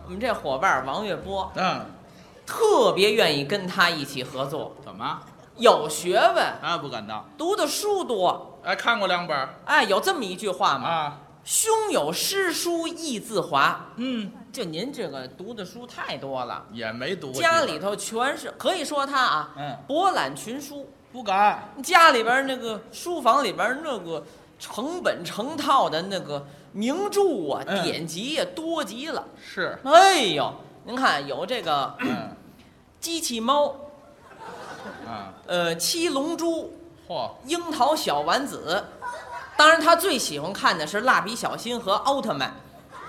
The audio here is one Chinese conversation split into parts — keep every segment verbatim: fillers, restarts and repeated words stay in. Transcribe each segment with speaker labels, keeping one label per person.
Speaker 1: 我们这伙伴王月波，
Speaker 2: 嗯，
Speaker 1: 特别愿意跟他一起合作，
Speaker 2: 怎么？
Speaker 1: 有学问，
Speaker 2: 啊，不敢当。
Speaker 1: 读的书多。
Speaker 2: 哎，看过两本。
Speaker 1: 哎，有这么一句话吗？
Speaker 2: 啊，
Speaker 1: 胸有诗书意自华。
Speaker 2: 嗯，
Speaker 1: 就您这个读的书太多了，
Speaker 2: 也没读过。
Speaker 1: 家里头全是，可以说他啊，
Speaker 2: 嗯，
Speaker 1: 博览群书。
Speaker 2: 不敢。
Speaker 1: 家里边那个书房里边那个成本成套的那个名著啊、
Speaker 2: 嗯、
Speaker 1: 典籍呀、啊，多极了。
Speaker 2: 是。
Speaker 1: 哎呦，您看有这个，
Speaker 2: 嗯，
Speaker 1: 机器猫。
Speaker 2: 啊，
Speaker 1: 呃，七龙珠，
Speaker 2: 嚯，
Speaker 1: 樱桃小丸子，当然他最喜欢看的是蜡笔小新和奥特曼，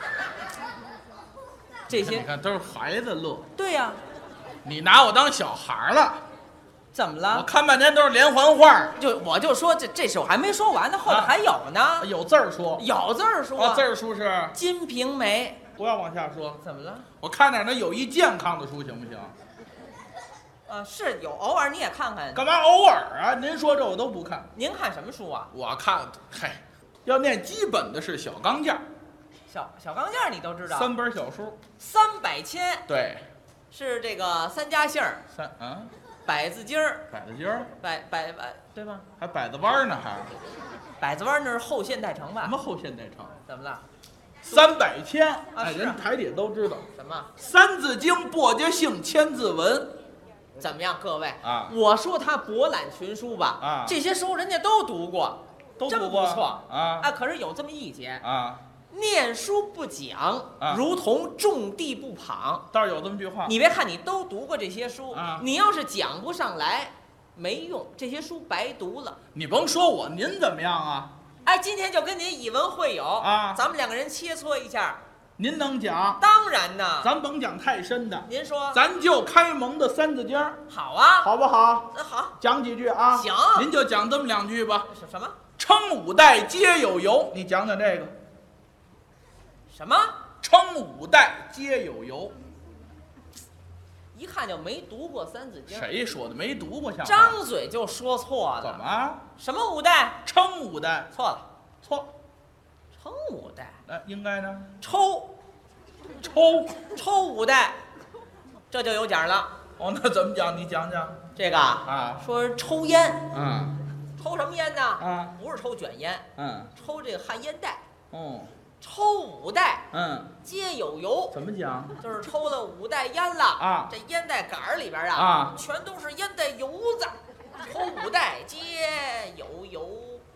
Speaker 1: 这些
Speaker 2: 你看都是孩子乐。
Speaker 1: 对呀、啊，
Speaker 2: 你拿我当小孩了？
Speaker 1: 怎么了？
Speaker 2: 我看半天都是连环画。
Speaker 1: 就我就说这这首还没说完呢，后面还有呢。
Speaker 2: 啊、有字儿说，
Speaker 1: 有字儿说。
Speaker 2: 啊，字儿书是《
Speaker 1: 金瓶梅》。
Speaker 2: 不要往下说。
Speaker 1: 怎么了？
Speaker 2: 我看点那有益健康的书行不行？
Speaker 1: 啊，是有，偶尔你也看看。
Speaker 2: 干嘛偶尔啊？您说这我都不看。
Speaker 1: 您看什么书啊？
Speaker 2: 我看，嘿，要念基本的是小钢件。
Speaker 1: 小小钢件你都知道？
Speaker 2: 三本小书。
Speaker 1: 三百千。
Speaker 2: 对。
Speaker 1: 是这个三家姓儿。
Speaker 2: 三啊。
Speaker 1: 百字经儿。
Speaker 2: 百字经儿。
Speaker 1: 百百百，对吗？
Speaker 2: 还百子湾呢，还。
Speaker 1: 百子湾那是后现代城吧？
Speaker 2: 什么后现代城？
Speaker 1: 怎么了？
Speaker 2: 三百千。
Speaker 1: 啊，
Speaker 2: 哎，人台底都知道。
Speaker 1: 什么？
Speaker 2: 三字经，簸箕姓，千字文。
Speaker 1: 怎么样，各位
Speaker 2: 啊？
Speaker 1: 我说他博览群书吧，
Speaker 2: 啊，
Speaker 1: 这些书人家都读过，
Speaker 2: 都读过，
Speaker 1: 真不错
Speaker 2: 啊！
Speaker 1: 啊，可是有这么一节
Speaker 2: 啊，
Speaker 1: 念书不讲，
Speaker 2: 啊、
Speaker 1: 如同种地不旁。
Speaker 2: 倒是有这么句话。
Speaker 1: 你别看你都读过这些书，
Speaker 2: 啊，
Speaker 1: 你要是讲不上来，没用，这些书白读了。
Speaker 2: 你甭说我，您怎么样啊？
Speaker 1: 哎，今天就跟您以文会友
Speaker 2: 啊，
Speaker 1: 咱们两个人切磋一下。
Speaker 2: 您能讲？
Speaker 1: 当然呢，
Speaker 2: 咱甭讲太深的。
Speaker 1: 您说，
Speaker 2: 咱就开蒙的三字经。
Speaker 1: 好啊，
Speaker 2: 好不好？
Speaker 1: 那好，
Speaker 2: 讲几句啊？
Speaker 1: 行，
Speaker 2: 您就讲这么两句吧。
Speaker 1: 什什么？
Speaker 2: 称五代皆有由，你讲讲这个。
Speaker 1: 什么？
Speaker 2: 称五代皆有由。
Speaker 1: 一看就没读过《三字经》。
Speaker 2: 谁说的？没读过像话？
Speaker 1: 张嘴就说错了。
Speaker 2: 怎么？
Speaker 1: 什么五代？
Speaker 2: 称五代。
Speaker 1: 错了，
Speaker 2: 错。
Speaker 1: 称五代。
Speaker 2: 哎，应该呢？
Speaker 1: 抽，
Speaker 2: 抽，
Speaker 1: 抽五代，这就有奖了。
Speaker 2: 哦，那怎么讲？你讲讲。
Speaker 1: 这个
Speaker 2: 啊，
Speaker 1: 说抽烟。
Speaker 2: 嗯。
Speaker 1: 抽什么烟呢？
Speaker 2: 啊，
Speaker 1: 不是抽卷烟。
Speaker 2: 嗯。
Speaker 1: 抽这个旱烟袋。
Speaker 2: 哦。
Speaker 1: 抽五袋，
Speaker 2: 嗯，
Speaker 1: 皆有油。
Speaker 2: 怎么讲？
Speaker 1: 就是抽了五袋烟了
Speaker 2: 啊，
Speaker 1: 这烟袋杆儿里边啊，
Speaker 2: 啊，
Speaker 1: 全都是烟袋油子。抽五袋皆有油。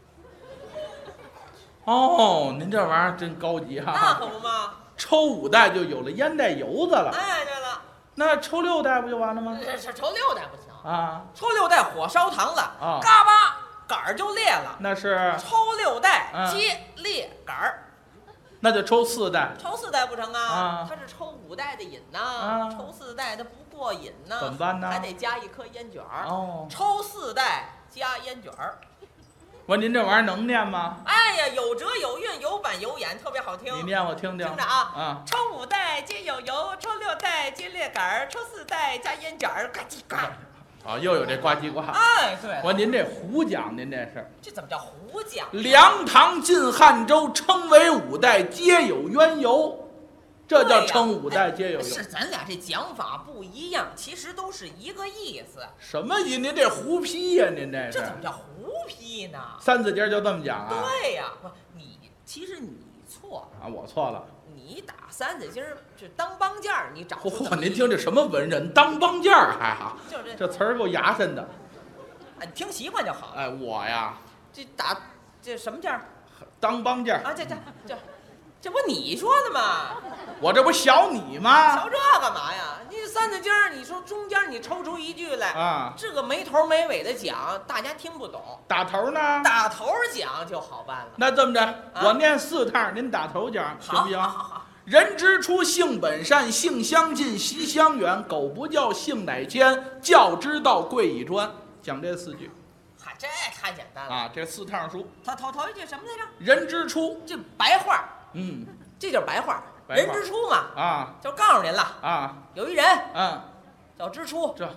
Speaker 2: 哦，您这玩意儿真高级哈、
Speaker 1: 啊！那可不嘛，
Speaker 2: 抽五袋就有了烟袋油子了。
Speaker 1: 哎，对了，
Speaker 2: 那抽六袋不就完了吗？
Speaker 1: 这是抽六袋不行
Speaker 2: 啊，
Speaker 1: 抽六袋火烧膛了
Speaker 2: 啊，
Speaker 1: 嘎巴杆儿就裂了。
Speaker 2: 那是
Speaker 1: 抽六袋皆、
Speaker 2: 啊、
Speaker 1: 裂杆儿。
Speaker 2: 那就抽四袋，
Speaker 1: 抽四袋不成啊？
Speaker 2: 啊
Speaker 1: 他是抽五袋的瘾呐、
Speaker 2: 啊，
Speaker 1: 抽四袋他不过瘾呐、
Speaker 2: 怎么办呢？
Speaker 1: 还得加一颗烟卷儿。
Speaker 2: 哦，
Speaker 1: 抽四袋加烟卷儿。
Speaker 2: 我说您这玩意儿能念吗？
Speaker 1: 哎呀，有辙有韵，有板有眼，特别好听。
Speaker 2: 你念我听听。
Speaker 1: 听着啊，
Speaker 2: 啊，
Speaker 1: 抽五袋皆有油，抽六袋皆裂杆儿，抽四袋加烟卷儿，呱唧呱。
Speaker 2: 啊，又有这呱唧呱。
Speaker 1: 哎，对。
Speaker 2: 我说您这胡讲，您这是。
Speaker 1: 这怎么叫胡讲？
Speaker 2: 梁唐晋汉周称为五代皆有渊由，这叫称五代皆有由。
Speaker 1: 是咱俩这讲法不一样，其实都是一个意思。
Speaker 2: 什么意？您这胡批呀、啊？您这是。
Speaker 1: 这怎么叫胡批呢？
Speaker 2: 三字经就这么讲啊？
Speaker 1: 对呀、啊，你其实你错
Speaker 2: 啊，我错了。
Speaker 1: 你打三字经是当帮件儿，你找出。
Speaker 2: 嚯，您听这什么文人当帮件儿还好？
Speaker 1: 就这
Speaker 2: 这词儿够牙碜的。
Speaker 1: 哎，你听习惯就好。
Speaker 2: 哎，我呀，
Speaker 1: 这打这什么件儿？
Speaker 2: 当帮件儿
Speaker 1: 啊，这这这，这不你说的吗？
Speaker 2: 我这不小你吗？
Speaker 1: 瞧这干嘛呀？你三字经儿，你说中间你抽出一句来
Speaker 2: 啊，
Speaker 1: 这个没头没尾的讲，大家听不懂。
Speaker 2: 打头呢？
Speaker 1: 打头讲就好办了。
Speaker 2: 那这么着，
Speaker 1: 啊、
Speaker 2: 我念四趟，您打头讲，行不行？
Speaker 1: 好好好。
Speaker 2: 人之初，性本善，性相近，习相远。苟不教，性乃迁。教之道，贵以专。讲这四句。
Speaker 1: 嗨，这太简单了
Speaker 2: 啊！这四趟书。
Speaker 1: 头头头一句什么来着？
Speaker 2: 人之初，
Speaker 1: 这白话。
Speaker 2: 嗯，
Speaker 1: 这就是白话。
Speaker 2: 白话
Speaker 1: 人之初嘛。
Speaker 2: 啊，
Speaker 1: 就告诉您了
Speaker 2: 啊，
Speaker 1: 有一人，
Speaker 2: 嗯，
Speaker 1: 叫支出。
Speaker 2: 这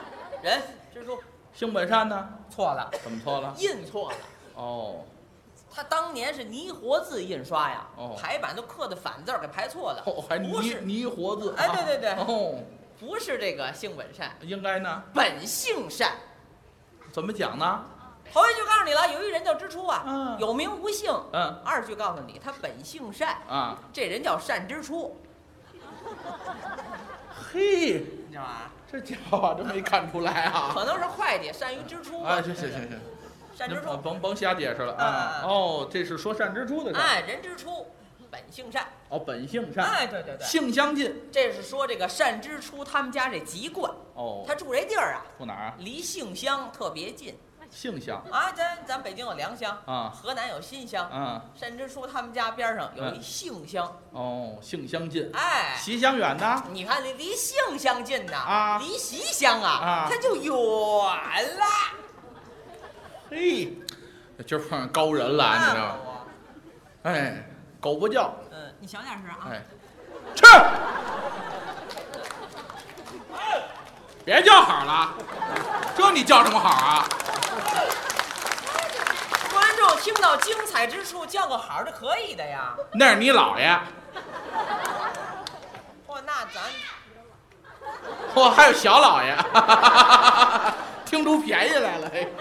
Speaker 1: 人支出。
Speaker 2: 性本善呢？
Speaker 1: 错了。
Speaker 2: 怎么错了？
Speaker 1: 印错了。
Speaker 2: 哦。
Speaker 1: 他当年是泥活字印刷呀，
Speaker 2: 哦
Speaker 1: 排版都刻的反字儿，给排错了。
Speaker 2: 哦，还泥
Speaker 1: 不是
Speaker 2: 泥活字。
Speaker 1: 哎，对对对，
Speaker 2: 哦，
Speaker 1: 不是这个性本善，
Speaker 2: 应该呢？
Speaker 1: 本性善。
Speaker 2: 怎么讲呢？
Speaker 1: 头一句告诉你了，有一人叫支出啊，
Speaker 2: 嗯
Speaker 1: 有名无姓。
Speaker 2: 嗯
Speaker 1: 二句告诉你，他本性善，
Speaker 2: 啊，
Speaker 1: 这人叫善之初，
Speaker 2: 嘿，
Speaker 1: 你知道吧？
Speaker 2: 这家伙真没看出来啊！
Speaker 1: 可能是会计，善于支出。
Speaker 2: 啊，行行行行，
Speaker 1: 善之初
Speaker 2: 那，甭甭瞎解释了
Speaker 1: 嗯
Speaker 2: 啊！
Speaker 1: 嗯
Speaker 2: 哦，这是说善之初的事儿。
Speaker 1: 哎，人之初，本性善。
Speaker 2: 哦，本性善，
Speaker 1: 哎，对对对，
Speaker 2: 性相近。
Speaker 1: 这是说这个善之初他们家这籍贯，
Speaker 2: 哦，
Speaker 1: 他住这地儿啊，
Speaker 2: 住哪儿啊？
Speaker 1: 离杏乡特别近
Speaker 2: 性相
Speaker 1: 啊。咱咱北京有良乡
Speaker 2: 啊
Speaker 1: 河南有新乡，
Speaker 2: 啊。
Speaker 1: 善之初他们家边上有一杏乡。
Speaker 2: 哦，性相近。
Speaker 1: 哎，
Speaker 2: 习相远呢？
Speaker 1: 你看离离杏乡近呐，
Speaker 2: 啊
Speaker 1: 离习乡啊，
Speaker 2: 啊
Speaker 1: 它就远了。
Speaker 2: 嘿，今儿碰上高人了，你知道吗？哎，狗不叫，
Speaker 1: 嗯，你小点声啊。
Speaker 2: 哎，去，别叫好了，这你叫什么好啊？
Speaker 1: 观众听到精彩之处叫个好是可以的呀。
Speaker 2: 那是你姥爷，
Speaker 1: 嚯，那咱
Speaker 2: 嚯，还有小姥爷，听出便宜来了，嘿。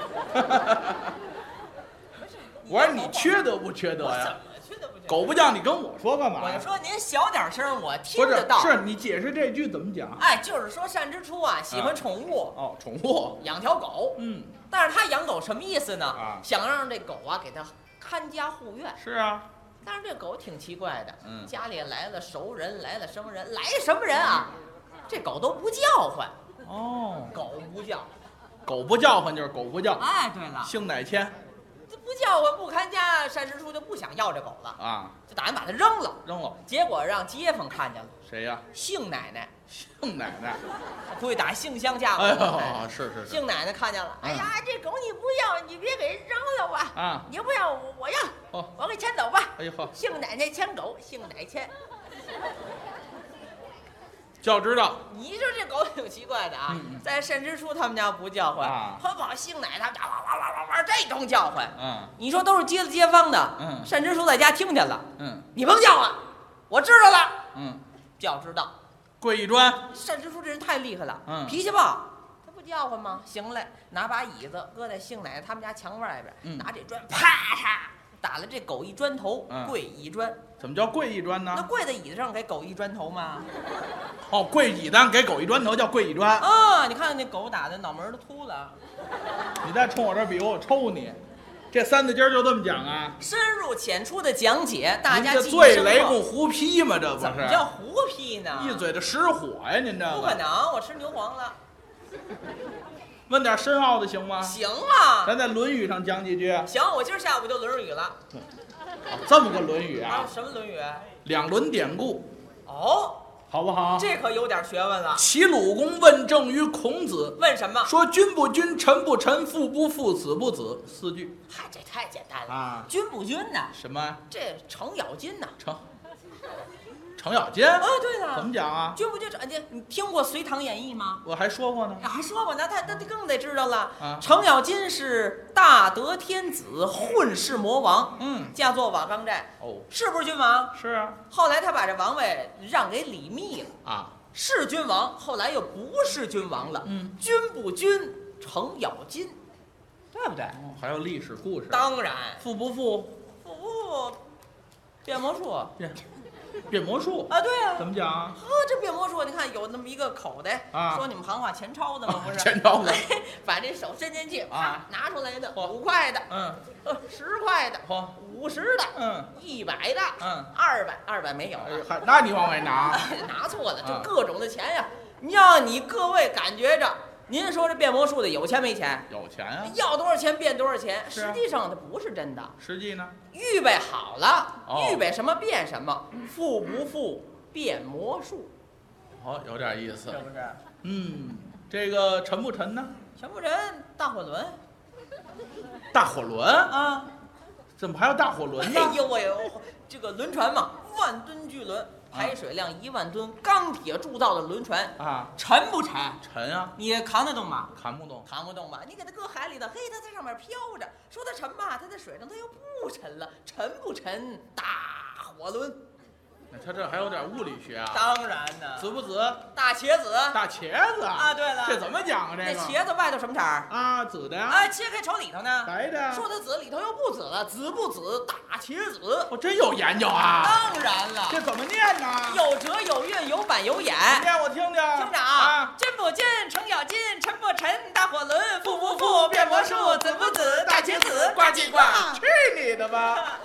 Speaker 2: 我说你缺德不缺德呀？
Speaker 1: 我怎么去的不去？
Speaker 2: 狗不叫，你跟我说干嘛呀？
Speaker 1: 我就说您小点声，我听
Speaker 2: 不是
Speaker 1: 得到。
Speaker 2: 是你解释这句怎么讲？
Speaker 1: 哎，就是说善之初啊，喜欢宠物，
Speaker 2: 哦，宠物。
Speaker 1: 养条狗。
Speaker 2: 嗯，
Speaker 1: 但是他养狗什么意思呢？
Speaker 2: 啊
Speaker 1: 想让这狗啊给他看家护院。
Speaker 2: 是啊。
Speaker 1: 但是这狗挺奇怪的，
Speaker 2: 嗯
Speaker 1: 家里来了熟人，来了生人，来什么人啊？这狗都不叫唤，
Speaker 2: 哦，
Speaker 1: 狗不叫。
Speaker 2: 狗不叫唤就是狗不叫。
Speaker 1: 哎，对了，
Speaker 2: 姓乃谦
Speaker 1: 这不叫唤不看家，善之初就不想要这狗了，
Speaker 2: 啊，
Speaker 1: 就打算把它扔了。
Speaker 2: 扔了。
Speaker 1: 结果让街坊看见了，
Speaker 2: 谁呀？
Speaker 1: 杏奶奶，
Speaker 2: 姓奶奶。
Speaker 1: 估计打杏乡家
Speaker 2: 哎呦
Speaker 1: 伙。，
Speaker 2: 是是是。
Speaker 1: 杏奶奶看见了，
Speaker 2: 嗯
Speaker 1: 哎呀，这狗你不要，你别给扔了吧。
Speaker 2: 啊，
Speaker 1: 你不要，我我要，
Speaker 2: 哦，
Speaker 1: 我给牵走吧。
Speaker 2: 哎呦呵，
Speaker 1: 杏奶奶牵狗，杏奶牵。
Speaker 2: 就知道
Speaker 1: 你说这狗挺奇怪的啊，
Speaker 2: 嗯嗯
Speaker 1: 在善之初他们家不叫唤，
Speaker 2: 啊
Speaker 1: 跑跑杏奶他们家哇哇哇哇哇这通叫唤。
Speaker 2: 嗯
Speaker 1: 你说都是街街坊的，
Speaker 2: 嗯
Speaker 1: 善之初在家听见了，
Speaker 2: 嗯
Speaker 1: 你甭叫唤，我知道了，
Speaker 2: 嗯，
Speaker 1: 叫知道。
Speaker 2: 跪一砖。
Speaker 1: 善之初这人太厉害了，
Speaker 2: 嗯
Speaker 1: 脾气暴，他不叫唤吗？行嘞，拿把椅子搁在杏奶奶他们家墙外边，
Speaker 2: 嗯
Speaker 1: 拿这砖啪嚓打了这狗一砖头，
Speaker 2: 嗯
Speaker 1: 跪一砖。
Speaker 2: 怎么叫跪一砖
Speaker 1: 那
Speaker 2: 呢？
Speaker 1: 跪在椅子上给狗一砖头吗？
Speaker 2: 哦，跪椅子上给狗一砖头叫跪一砖。
Speaker 1: 啊，你看那狗打的脑门儿都秃了。
Speaker 2: 你再冲我这比划，我抽你！这三字经就这么讲啊？
Speaker 1: 深入浅出的讲解，大家
Speaker 2: 您这
Speaker 1: 记忆深刻
Speaker 2: 醉雷公胡批吗？这不
Speaker 1: 怎么
Speaker 2: 是？
Speaker 1: 叫胡批呢？
Speaker 2: 一嘴的实火呀！您这个
Speaker 1: 不可能，我吃牛黄了。
Speaker 2: 问点深奥的行吗？
Speaker 1: 行啊，
Speaker 2: 咱在《论语》上讲几句。
Speaker 1: 行，我今儿下午就《论语》了。
Speaker 2: 哦这么个《论语》啊，
Speaker 1: 什么《论语》？
Speaker 2: 两轮典故，
Speaker 1: 哦，
Speaker 2: 好不好？
Speaker 1: 这可有点学问了。
Speaker 2: 齐鲁公问政于孔子，
Speaker 1: 问什么？
Speaker 2: 说君不君，臣不臣，父不父，子不子。四句
Speaker 1: 嗨，这太简单了。
Speaker 2: 啊？
Speaker 1: 君不君呐？
Speaker 2: 什么？
Speaker 1: 这程咬金呐？
Speaker 2: 程程咬金？
Speaker 1: 啊，对了，
Speaker 2: 怎么讲啊？
Speaker 1: 君不君？你你听过《隋唐演义》吗？
Speaker 2: 我还说过呢。
Speaker 1: 还说过呢，他他他更得知道了。
Speaker 2: 啊
Speaker 1: 程咬金是大德天子，混世魔王，
Speaker 2: 嗯，
Speaker 1: 嫁作瓦岗寨，
Speaker 2: 哦，
Speaker 1: 是不是君王？
Speaker 2: 是啊，
Speaker 1: 后来他把这王位让给李密了，
Speaker 2: 啊，
Speaker 1: 是君王，后来又不是君王了。
Speaker 2: 嗯，
Speaker 1: 君不君，程咬金，对不对？
Speaker 2: 哦还有历史故事。
Speaker 1: 当然，
Speaker 2: 父不父，
Speaker 1: 不不，变魔术
Speaker 2: 变变魔术
Speaker 1: 啊，对啊。
Speaker 2: 怎么讲啊？
Speaker 1: 呵，这变魔术，你看有那么一个口袋，
Speaker 2: 啊
Speaker 1: 说你们行话钱钞的吗？不是，
Speaker 2: 钱钞的
Speaker 1: 把这手伸进去，
Speaker 2: 啊
Speaker 1: 拿出来的五块的，
Speaker 2: 嗯，
Speaker 1: 呃，十块的，
Speaker 2: 嚯，
Speaker 1: 五十的，
Speaker 2: 嗯
Speaker 1: 一百的，
Speaker 2: 嗯，
Speaker 1: 二百，二百没有了，
Speaker 2: 哎还那你往外拿？
Speaker 1: 拿错了，就
Speaker 2: 啊
Speaker 1: 各种的钱呀，让你各位感觉着，您说这变魔术的有钱没钱？
Speaker 2: 有钱啊？
Speaker 1: 要多少钱变多少钱，
Speaker 2: 是啊
Speaker 1: 实际上它不是真的。
Speaker 2: 实际呢？
Speaker 1: 预备好了，
Speaker 2: 哦
Speaker 1: 预备什么变什么，富不富变魔术，
Speaker 2: 哦，有点意思
Speaker 1: 是。不是？
Speaker 2: 嗯，这个沉不沉呢？
Speaker 1: 全部人大火轮
Speaker 2: 大火轮？
Speaker 1: 啊！
Speaker 2: 怎么还有大火轮呢？
Speaker 1: 哎呦喂，这个轮船嘛，万吨巨轮， 排水量一万吨，钢铁铸造的轮船
Speaker 2: 啊，
Speaker 1: 沉不沉？
Speaker 2: 沉啊，
Speaker 1: 你扛得动吗？
Speaker 2: 扛不动，
Speaker 1: 扛不动吧？你给它搁海里头，嘿，它在上面飘着。说它沉吧，它在水上它又不沉了，沉不沉？大火轮。
Speaker 2: 他这还有点物理学啊。
Speaker 1: 当然呢。
Speaker 2: 紫不紫？
Speaker 1: 大茄子。
Speaker 2: 大茄子
Speaker 1: 啊，对了，
Speaker 2: 这怎么讲啊？这
Speaker 1: 那
Speaker 2: 个
Speaker 1: 茄子外头什么色儿？
Speaker 2: 啊，紫的呀。
Speaker 1: 啊，切开瞅里头呢，
Speaker 2: 白的。
Speaker 1: 说它紫，里头又不紫了，紫不紫？大茄子。
Speaker 2: 我真有研究啊。
Speaker 1: 当然了。
Speaker 2: 这怎么念呢？
Speaker 1: 有辙有韵，有板有眼。
Speaker 2: 念我听听。
Speaker 1: 听着啊，金不金，程咬金，沉不沉？大火轮，富不富？变魔术，紫不紫？大茄子，呱唧呱。
Speaker 2: 去你的吧！